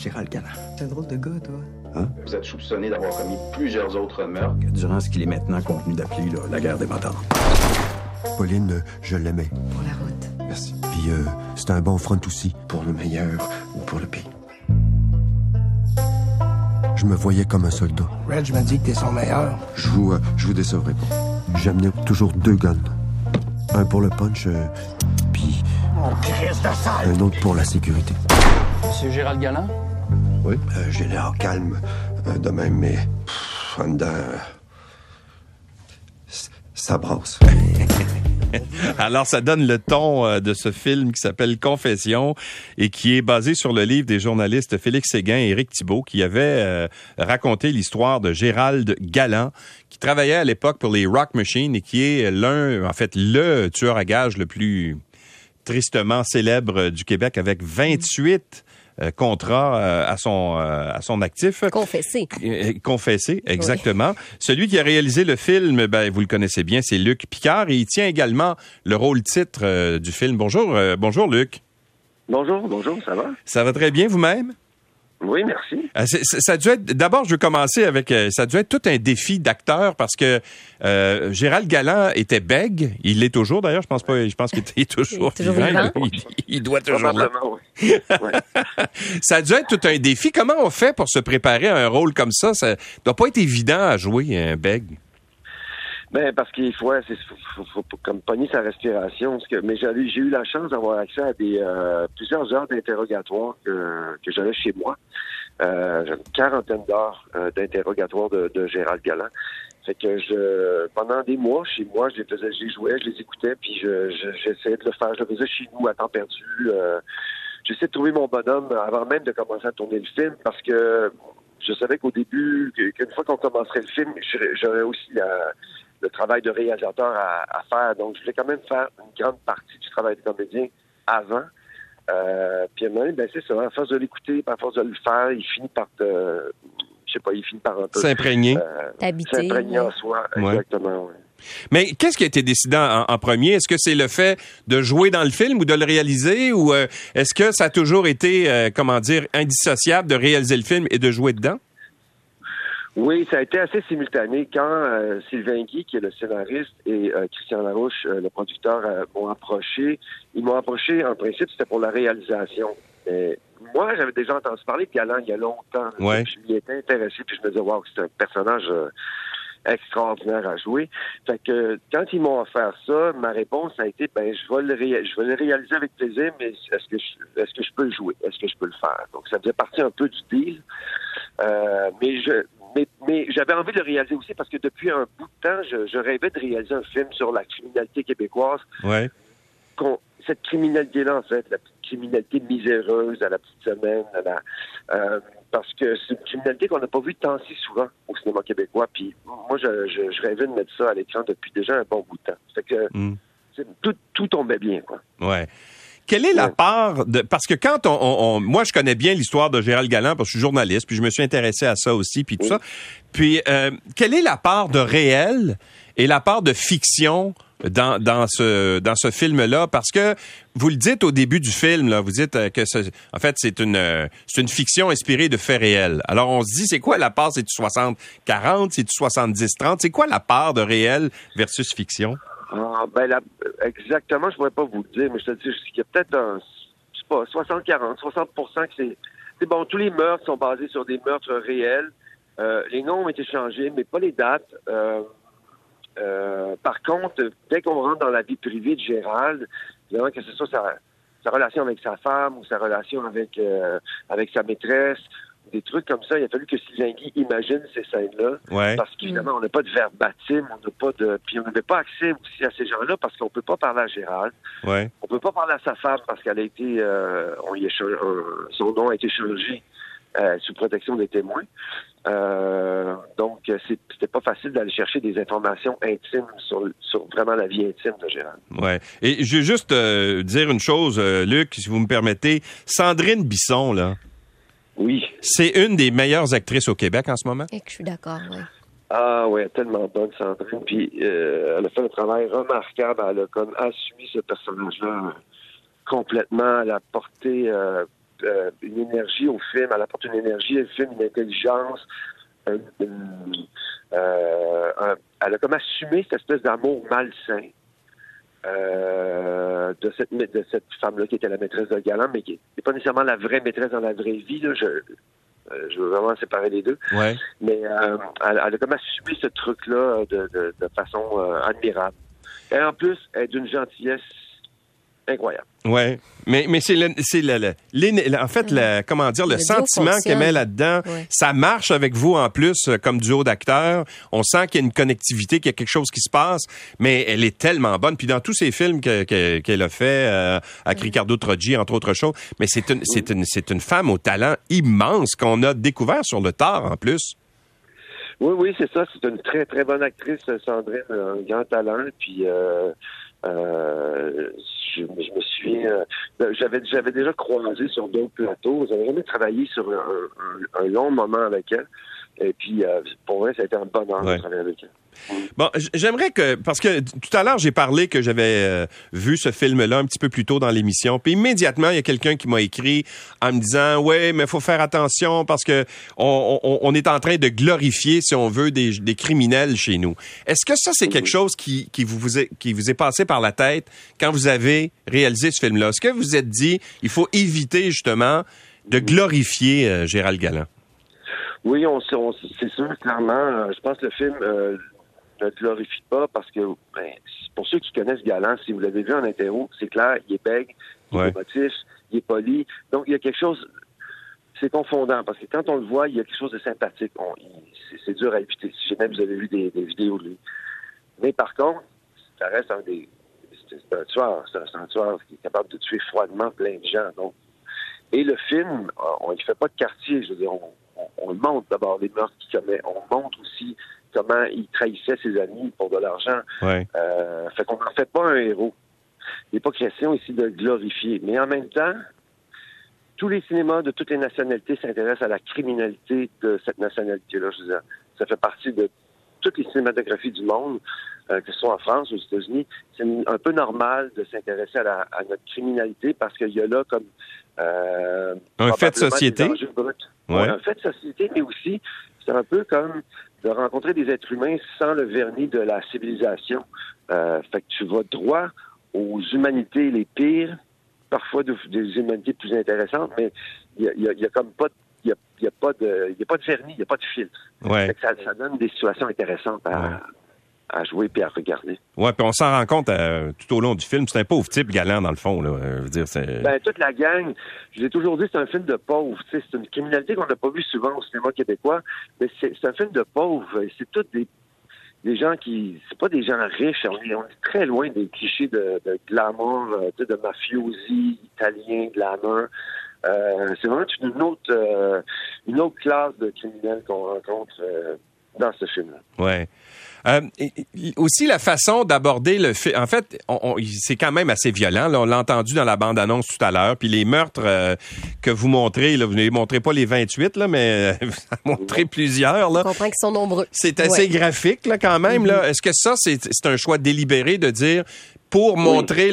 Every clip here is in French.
Gérald Galland. C'est un drôle de gars, toi. Hein? Vous êtes soupçonné d'avoir commis plusieurs autres meurtres. Durant ce qu'il est maintenant contenu d'appeler la guerre des motards. Pauline, je l'aimais. Pour la route. Merci. Puis c'était un bon front aussi. Pour le meilleur ou pour le pire. Je me voyais comme un soldat. Reg m'a dit que t'es son meilleur. Je vous décevrai pas. J'amenais toujours 2 guns. Un pour le punch, puis un autre pour la sécurité. Monsieur Gérald Galland? Oui, j'ai l'air calme de même, mais en dedans, ça brasse. Alors, ça donne le ton de ce film qui s'appelle Confession et qui est basé sur le livre des journalistes Félix Séguin et Éric Thibault qui avaient raconté l'histoire de Gérald Galland qui travaillait à l'époque pour les Rock Machines et qui est le tueur à gages le plus tristement célèbre du Québec avec 28 contrat à son actif. Confessé, exactement. Oui. Celui qui a réalisé le film, vous le connaissez bien, c'est Luc Picard et il tient également le rôle titre du film. Bonjour Luc. Bonjour, ça va? Ça va très bien vous-même? Oui, merci. Ça a dû être, d'abord, je veux commencer avec, ça a dû être tout un défi d'acteur parce que Gérald Galland était bègue. Il l'est toujours, d'ailleurs. Je pense qu'il est toujours vivant. Il doit toujours là. Oui. Ouais. Ça a dû être tout un défi. Comment on fait pour se préparer à un rôle comme ça? Ça doit pas être évident à jouer, un bègue. Parce qu'il faut comme pogner sa respiration. Mais j'ai eu la chance d'avoir accès à plusieurs heures d'interrogatoire que j'avais chez moi. J'avais une 40aine d'heures d'interrogatoire de Gérald Galland. Fait que pendant des mois, chez moi, je les jouais, je les écoutais, puis j'essayais de le faire. Je le faisais chez nous à temps perdu. J'essayais de trouver mon bonhomme avant même de commencer à tourner le film parce que je savais qu'au début, qu'une fois qu'on commencerait le film, j'aurais aussi le travail de réalisateur à faire. Donc, je voulais quand même faire une grande partie du travail de comédien avant. Puis à un moment donné, c'est ça. À force de l'écouter, à force de le faire, il finit par un peu s'imprégner. S'imprégner en soi, exactement, oui. Mais qu'est-ce qui a été décidé en premier? Est-ce que c'est le fait de jouer dans le film ou de le réaliser? Ou est-ce que ça a toujours été, indissociable de réaliser le film et de jouer dedans? Oui, ça a été assez simultané. Quand Sylvain Guy, qui est le scénariste, et Christian Larouche, le producteur, m'ont approché. Ils m'ont approché, en principe, c'était pour la réalisation. Mais moi, j'avais déjà entendu parler de Galland il y a longtemps. Ouais. Je m'y étais intéressé, puis je me disais, wow, c'est un personnage extraordinaire à jouer. Fait que quand ils m'ont offert ça, ma réponse a été, je vais le réaliser avec plaisir, mais est-ce que je peux le jouer? Est-ce que je peux le faire? Donc, ça faisait partie un peu du deal. Mais j'avais envie de le réaliser aussi parce que depuis un bout de temps, je rêvais de réaliser un film sur la criminalité québécoise. Ouais. Cette criminalité-là, en fait, la petite criminalité miséreuse à la petite semaine, parce que c'est une criminalité qu'on n'a pas vue tant si souvent au cinéma québécois. Puis moi, je rêvais de mettre ça à l'écran depuis déjà un bon bout de temps. Fait que tout tombait bien, quoi. Ouais. Quelle est la part de... Parce que quand moi, je connais bien l'histoire de Gérald Galland parce que je suis journaliste, puis je me suis intéressé à ça aussi, puis tout ça. Puis, quelle est la part de réel et la part de fiction dans ce film-là? Parce que vous le dites au début du film, là, vous dites que en fait, c'est une fiction inspirée de faits réels. Alors, on se dit, c'est quoi la part? C'est du 60-40? C'est du 70-30? C'est quoi la part de réel versus fiction? Exactement, je pourrais pas vous le dire, mais je te dis qu'il y a peut-être 60-40, 60% que c'est bon, tous les meurtres sont basés sur des meurtres réels. Les noms ont été changés, mais pas les dates. Par contre, dès qu'on rentre dans la vie privée de Gérald, évidemment que ce soit sa relation avec sa femme ou sa relation avec sa maîtresse, des trucs comme ça, il a fallu que Sylvain Guy imagine ces scènes-là. Ouais. Parce qu'évidemment, on n'a pas de verbatim, puis on n'avait pas accès aussi à ces gens-là parce qu'on peut pas parler à Gérald. Ouais. On peut pas parler à sa femme parce qu'elle a été, son nom a été changé sous protection des témoins. Donc, c'était pas facile d'aller chercher des informations intimes sur vraiment la vie intime de Gérald. Ouais. Et je veux juste dire une chose, Luc, si vous me permettez. Sandrine Bisson, là. Oui. C'est une des meilleures actrices au Québec en ce moment. Et que je suis d'accord, oui. Ah oui, elle est tellement bonne, Sandrine. Puis elle a fait un travail remarquable. Elle a comme assumé ce personnage-là complètement. Elle a porté une énergie au film, elle apporte une énergie au film, une intelligence, elle a comme assumé cette espèce d'amour malsain de cette femme-là qui était la maîtresse de Galland, mais qui n'est pas nécessairement la vraie maîtresse dans la vraie vie. Là. Je veux vraiment séparer les deux. Ouais. Mais elle a comme assumé ce truc-là de façon admirable. Et en plus, elle est d'une gentillesse incroyable. Ouais, mais c'est en fait comment dire le sentiment qu'elle met là-dedans, ça marche avec vous en plus comme duo d'acteurs. On sent qu'il y a une connectivité, qu'il y a quelque chose qui se passe, mais elle est tellement bonne. Puis dans tous ces films qu'elle a fait avec Ricardo Troggi entre autres choses, mais c'est une femme au talent immense qu'on a découvert sur le tard en plus. Oui, c'est ça. C'est une très très bonne actrice, Sandrine, un grand talent. Puis je me souviens, j'avais déjà croisé sur d'autres plateaux. J'avais jamais travaillé sur un long moment avec elle. Et puis, pour moi, ça a été un bonheur de travailler avec elle. Bon, j'aimerais parce que tout à l'heure, j'ai parlé que j'avais vu ce film-là un petit peu plus tôt dans l'émission. Puis immédiatement, il y a quelqu'un qui m'a écrit en me disant, ouais, mais il faut faire attention parce que on est en train de glorifier, si on veut, des criminels chez nous. Est-ce que ça, c'est quelque chose qui vous est passé par la tête quand vous avez réalisé ce film-là? Est-ce que vous vous êtes dit, il faut éviter justement de glorifier Gérald Galland? Oui, c'est sûr, clairement. Je pense que le film ne glorifie pas parce que, pour ceux qui connaissent Galland, si vous l'avez vu en interview, c'est clair, il est bègue, il est émotif, il est poli. Donc, il y a quelque chose, c'est confondant parce que quand on le voit, il y a quelque chose de sympathique. C'est dur à éviter. Si jamais vous avez vu des vidéos de lui. Mais par contre, ça reste c'est un tueur. C'est un tueur qui est capable de tuer froidement plein de gens. Donc, et le film, on ne fait pas de quartier. Je veux dire, on montre d'abord les meurtres qu'il commet. On montre aussi comment il trahissait ses amis pour de l'argent. Ouais. Fait qu'on n'en fait pas un héros. Il n'est pas question ici de le glorifier. Mais en même temps, tous les cinémas de toutes les nationalités s'intéressent à la criminalité de cette nationalité-là. Je veux dire, ça fait partie de toutes les cinématographies du monde, que ce soit en France ou aux États-Unis. C'est un peu normal de s'intéresser à notre criminalité parce qu'il y a là comme un fait de société. Ouais, un fait de société, mais aussi, c'est un peu comme de rencontrer des êtres humains sans le vernis de la civilisation. Fait que tu vas droit aux humanités les pires, parfois des humanités plus intéressantes, mais il y a comme pas de, il y a pas de vernis, il n'y a pas de filtre. Ouais. Fait que ça donne des situations intéressantes à jouer puis à regarder. Ouais, puis on s'en rend compte tout au long du film. C'est un pauvre type Galland, dans le fond, là. Je veux dire, toute la gang, je l'ai toujours dit, c'est un film de pauvres. C'est une criminalité qu'on n'a pas vue souvent au cinéma québécois, mais c'est un film de pauvres. C'est tous des gens qui... C'est pas des gens riches. On est très loin des clichés de glamour, de mafiosi, italien, glamour. C'est vraiment une autre classe de criminels qu'on rencontre dans ce film-là. Ouais. Aussi, la façon d'aborder le film... En fait, c'est quand même assez violent. Là, on l'a entendu dans la bande-annonce tout à l'heure. Puis les meurtres que vous montrez, là, vous ne montrez pas les 28, là, mais vous en montrez plusieurs. Là. On comprend qu'ils sont nombreux. C'est assez graphique là, quand même. Là. Est-ce que ça, c'est un choix délibéré de dire, pour montrer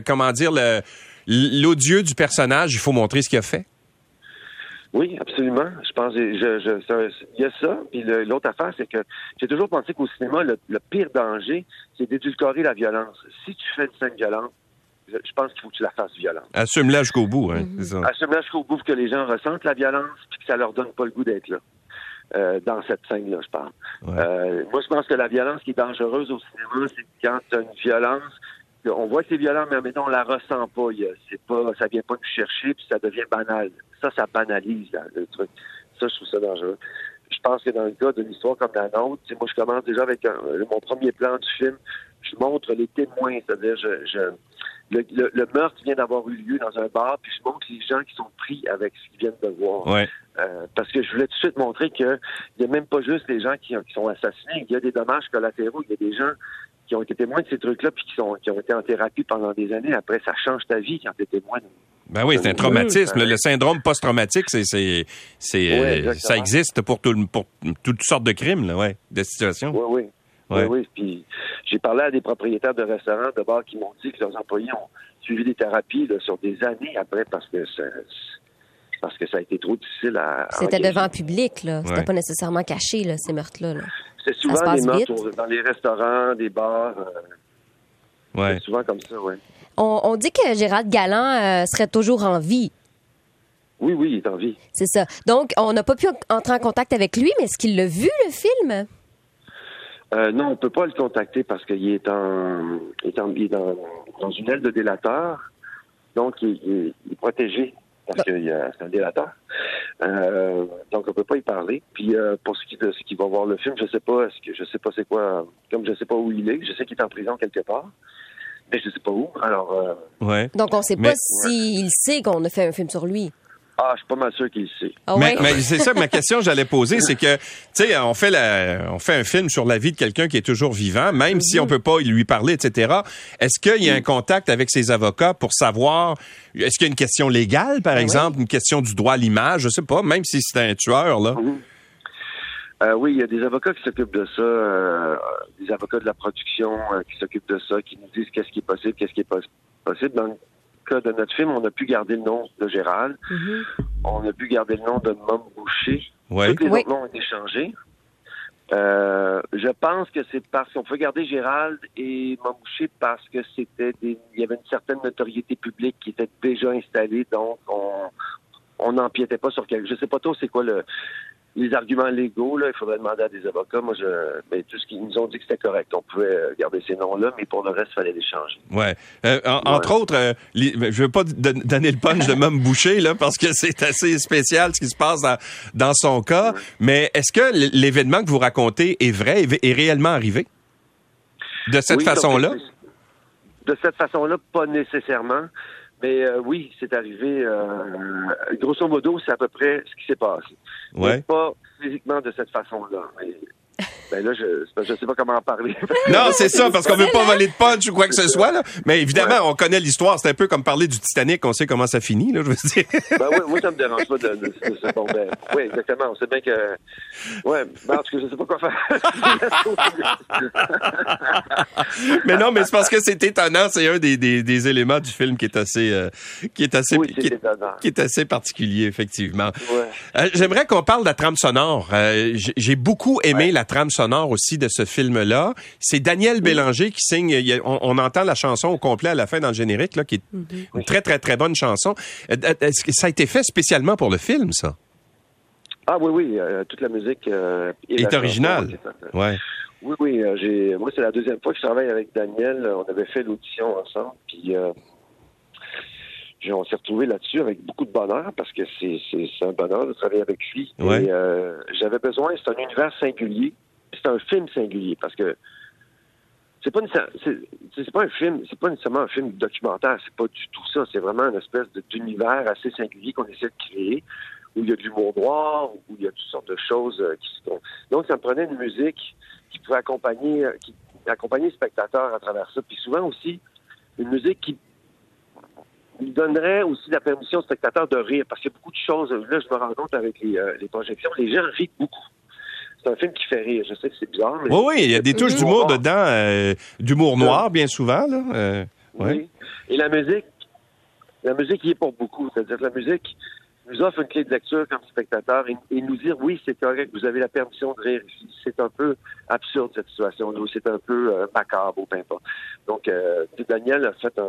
l'odieux du personnage, il faut montrer ce qu'il a fait? Oui, absolument. Je pense il y a ça. Puis l'autre affaire, c'est que j'ai toujours pensé qu'au cinéma, le pire danger, c'est d'édulcorer la violence. Si tu fais une scène violente, je pense qu'il faut que tu la fasses violente. Assume-la jusqu'au bout, hein, c'est ça. Assume-la jusqu'au bout, que les gens ressentent la violence, puis que ça leur donne pas le goût d'être là. Dans cette scène-là, je parle. Ouais. Moi, je pense que la violence qui est dangereuse au cinéma, c'est quand tu as une violence, on voit que c'est violent, mais admettons, on la ressent pas. Ça vient pas nous chercher, puis ça devient banal. Ça banalise le truc. Ça, je trouve ça dangereux. Je pense que dans le cas d'une histoire comme la nôtre, moi, je commence déjà avec mon premier plan du film. Je montre les témoins, c'est-à-dire, le meurtre vient d'avoir eu lieu dans un bar, puis je montre les gens qui sont pris avec ce qu'ils viennent de voir. Ouais. Parce que je voulais tout de suite montrer qu'il n'y a même pas juste les gens qui sont assassinés, il y a des dommages collatéraux, il y a des gens qui ont été témoins de ces trucs-là, puis qui ont été en thérapie pendant des années. Après, ça change ta vie quand tu es témoin. Ben oui, c'est un traumatisme. Le syndrome post-traumatique, ça existe pour toutes sortes de crimes, là, de situations. Oui. Puis j'ai parlé à des propriétaires de restaurants de bars qui m'ont dit que leurs employés ont suivi des thérapies là, sur des années après parce que parce que ça a été trop difficile à C'était engager. devant le public, là. C'était Ouais. pas nécessairement caché, là, ces meurtres-là. Là. C'est se souvent passe des meurtres vite. dans les restaurants, des bars. Ouais. C'est souvent comme ça, oui. On dit que Gérald Galland serait toujours en vie. Oui, il est en vie. C'est ça. Donc, on n'a pas pu entrer en contact avec lui, mais est-ce qu'il l'a vu, le film? Non, on peut pas le contacter parce qu'il est dans une aile de délateur. Donc, il est protégé parce que c'est un délateur. Donc, on peut pas y parler. Puis, pour ce qui va voir le film, je sais pas c'est quoi. Comme je sais pas où il est, je sais qu'il est en prison quelque part, mais je sais pas où. Alors, Ouais. Donc, on ne sait Mais- pas s'il sait qu'on a fait un film sur lui. je suis pas mal sûr qu'il le sait. Ah Mais, ouais? mais c'est ça, ma question que j'allais poser, c'est que, tu sais, on fait un film sur la vie de quelqu'un qui est toujours vivant, même si on peut pas lui parler, etc. Est-ce qu'il y a un contact avec ses avocats pour savoir, est-ce qu'il y a une question légale, par exemple, une question du droit à l'image, je sais pas, même si c'est un tueur, là? Oui, il y a des avocats qui s'occupent de ça, des avocats de la production qui s'occupent de ça, qui nous disent qu'est-ce qui est possible, qu'est-ce qui est pas possible. Dans le cas de notre film, on a pu garder le nom de Gérald, on a pu garder le nom de Mom Boucher. Ouais. Tous les Oui. autres noms ont été changés. Je pense que c'est parce qu'on peut garder Gérald et Mom Boucher parce que il y avait une certaine notoriété publique qui était déjà installée, donc on n'empiétait pas sur quelque. Je sais pas trop c'est quoi les arguments légaux, là, il faudrait demander à des avocats. Moi, tout ce qu'ils nous ont dit que c'était correct. On pouvait garder ces noms-là, mais pour le reste, il fallait les changer. Ouais. Entre autres, je veux pas donner le punch de Mom Boucher, là, parce que c'est assez spécial ce qui se passe dans son cas. Mais est-ce que l'événement que vous racontez est vrai, est réellement arrivé? De cette Oui, façon-là? donc, de cette façon-là, pas nécessairement. Mais oui, c'est arrivé. Grosso modo, c'est à peu près ce qui s'est passé. Ouais. Mais pas physiquement de cette façon-là. Mais, là, je sais pas comment en parler. Non, c'est ça, parce qu'on veut pas voler de punch ou quoi que ce soit, là. Mais évidemment, on connaît l'histoire. C'est un peu comme parler du Titanic. On sait comment ça finit, là, je veux dire. Oui, moi, ça me dérange pas de bon, oui, exactement. On sait bien que. Ouais, en tout cas, je sais pas quoi faire. Mais non, mais c'est parce que c'est étonnant. C'est un des éléments du film qui est assez, Oui, c'est étonnant. qui est assez particulier, effectivement. Ouais. J'aimerais qu'on parle de la trame sonore. J'ai beaucoup aimé la trame sonore aussi de ce film-là. C'est Daniel Bélanger qui signe. On entend la chanson au complet à la fin dans le générique, là, qui est une très, très, très bonne chanson. Est-ce que ça a été fait spécialement pour le film, ça? Ah oui, toute la musique Est originale. Ouais. Oui, moi, c'est la deuxième fois que je travaille avec Daniel. On avait fait l'audition ensemble, puis on s'est retrouvés là-dessus avec beaucoup de bonheur, parce que c'est un bonheur de travailler avec lui. Ouais. Et j'avais besoin, c'est un univers singulier, c'est un film singulier, parce que c'est pas un film, c'est pas nécessairement un film documentaire, c'est pas du tout ça, c'est vraiment une espèce d'univers assez singulier qu'on essaie de créer, où il y a de l'humour noir, où il y a toutes sortes de choses qui se font. Donc, ça me prenait une musique qui pouvait accompagner le spectateur à travers ça. Puis souvent aussi, une musique qui lui donnerait aussi la permission au spectateur de rire. Parce qu'il y a beaucoup de choses. Là, je me rends compte avec les projections, les gens rient beaucoup. C'est un film qui fait rire. Je sais que c'est bizarre, mais... Oui, il y a des touches d'humour dedans, d'humour noir, bien souvent, là. Oui. Et la musique y est pour beaucoup. C'est-à-dire que la musique nous offre une clé de lecture comme spectateur et nous dire, oui, c'est correct, vous avez la permission de rire ici. C'est un peu absurde, cette situation-là. C'est un peu macabre, ou peu importe. Donc, Daniel a fait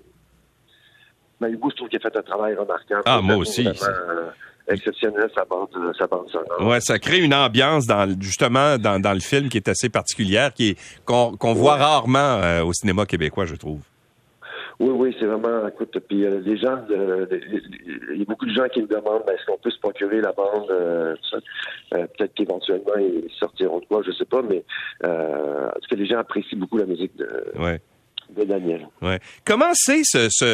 Hugo, je trouve qu'il a fait un travail remarquable. Ah, moi aussi. Exceptionnel, sa bande sonore. Ouais, ça crée une ambiance justement dans le film qui est assez particulière, qu'on voit rarement au cinéma québécois, je trouve. Oui, c'est vraiment, écoute, puis les gens, il y a beaucoup de gens qui me demandent, est-ce qu'on peut se procurer la bande, tout ça. Peut-être qu'éventuellement, ils sortiront de quoi, je sais pas, mais en tout cas, les gens apprécient beaucoup la musique de Daniel. Ouais. Comment c'est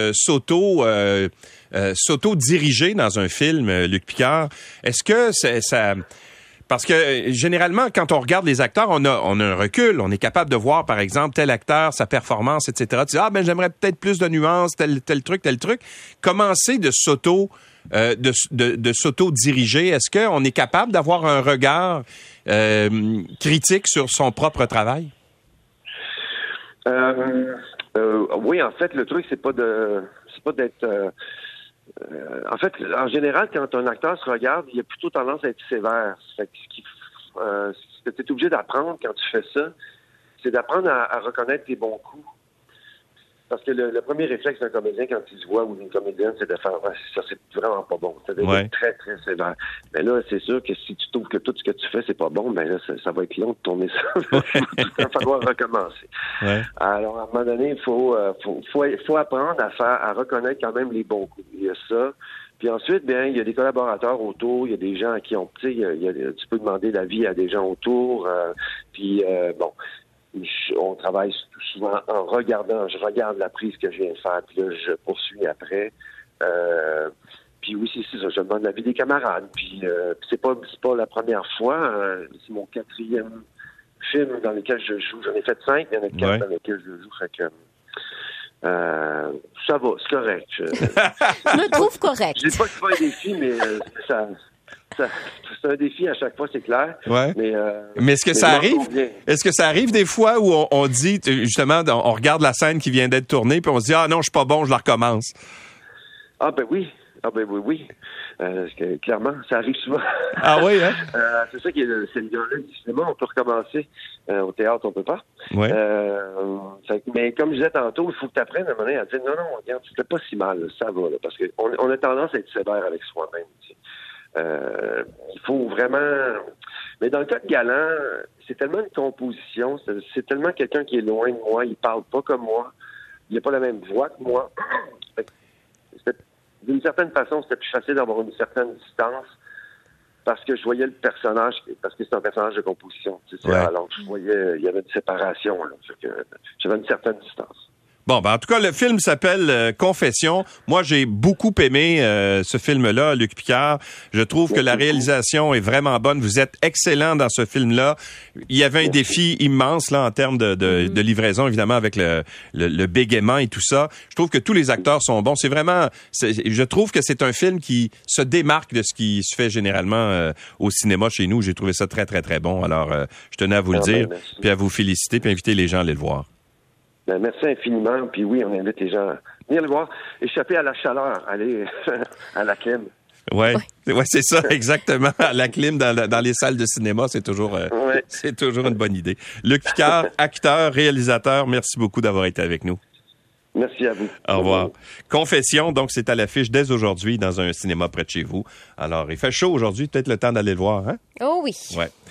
s'auto-diriger dans un film, Luc Picard? Est-ce que ça... Parce que généralement, quand on regarde les acteurs, on a un recul. On est capable de voir, par exemple, tel acteur, sa performance, etc. Tu dis, j'aimerais peut-être plus de nuances, tel truc. Comment c'est de s'auto-diriger? Est-ce qu'on est capable d'avoir un regard critique sur son propre travail? Oui, en fait, le truc, c'est pas d'être En fait, en général, quand un acteur se regarde, il a plutôt tendance à être sévère. Fait que ce que tu es obligé d'apprendre quand tu fais ça, c'est d'apprendre à reconnaître tes bons coups. Parce que le premier réflexe d'un comédien quand il se voit ou d'une comédienne, c'est de faire ça, c'est vraiment pas bon. Ça devient très, très sévère. Mais là, c'est sûr que si tu trouves que tout ce que tu fais, c'est pas bon, ben là, ça va être long de tourner ça. Il va falloir recommencer. Ouais. Alors, à un moment donné, il faut apprendre à reconnaître quand même les bons coups. Il y a ça. Puis ensuite, bien, il y a des collaborateurs autour, il y a des gens à qui tu sais, tu peux demander l'avis à des gens autour. Puis, bon. On travaille souvent en regardant. Je regarde la prise que je viens de faire, puis là, je poursuis après. Puis oui, c'est ça. Je demande l'avis des camarades. Puis c'est pas la première fois. C'est mon 4e film dans lequel je joue. J'en ai fait 5, il y en a 4 dans lesquels je joue. Fait que ça va, c'est correct. Je me trouve correct. Je dis pas que c'est pas un défi, mais c'est un défi à chaque fois, c'est clair. Ouais. Mais est-ce que ça arrive? Est-ce que ça arrive des fois où on dit, justement, on regarde la scène qui vient d'être tournée, puis on se dit, ah non, je suis pas bon, je la recommence. Ah ben oui. Oui. Clairement, ça arrive souvent. Ah oui, hein? C'est ça qui est c'est le gars-là du cinéma, on peut recommencer. Au théâtre, on peut pas. Ouais. Mais comme je disais tantôt, il faut que tu apprennes à un moment donné à dire non, regarde, tu fais pas si mal, là, ça va, là, parce qu'on a tendance à être sévère avec soi-même. Tu sais. Il faut vraiment... Mais dans le cas de Galant, c'est tellement une composition, c'est tellement quelqu'un qui est loin de moi, il parle pas comme moi, il n'a pas la même voix que moi. D'une certaine façon, c'était plus facile d'avoir une certaine distance parce que je voyais le personnage, parce que c'est un personnage de composition. Tu sais, alors, je voyais, il y avait une séparation, là, que j'avais une certaine distance. Bon, ben en tout cas, le film s'appelle Confession. Moi, j'ai beaucoup aimé ce film-là, Luc Picard. Je trouve que la réalisation est vraiment bonne. Vous êtes excellent dans ce film-là. Il y avait un défi immense là en termes de livraison, évidemment, avec le bégaiement et tout ça. Je trouve que tous les acteurs sont bons. Je trouve que c'est un film qui se démarque de ce qui se fait généralement au cinéma chez nous. J'ai trouvé ça très, très, très bon. Alors, je tenais à vous le dire, puis à vous féliciter, puis inviter les gens à aller le voir. Ben, merci infiniment. Puis oui, on invite les gens à venir le voir. Échapper à la chaleur, aller à la clim. Ouais, c'est ça, exactement. À la clim dans les salles de cinéma, c'est toujours une bonne idée. Luc Picard, acteur, réalisateur, merci beaucoup d'avoir été avec nous. Merci à vous. Au revoir. Confession, donc c'est à l'affiche dès aujourd'hui dans un cinéma près de chez vous. Alors, il fait chaud aujourd'hui, peut-être le temps d'aller le voir, hein? Oh oui. Ouais.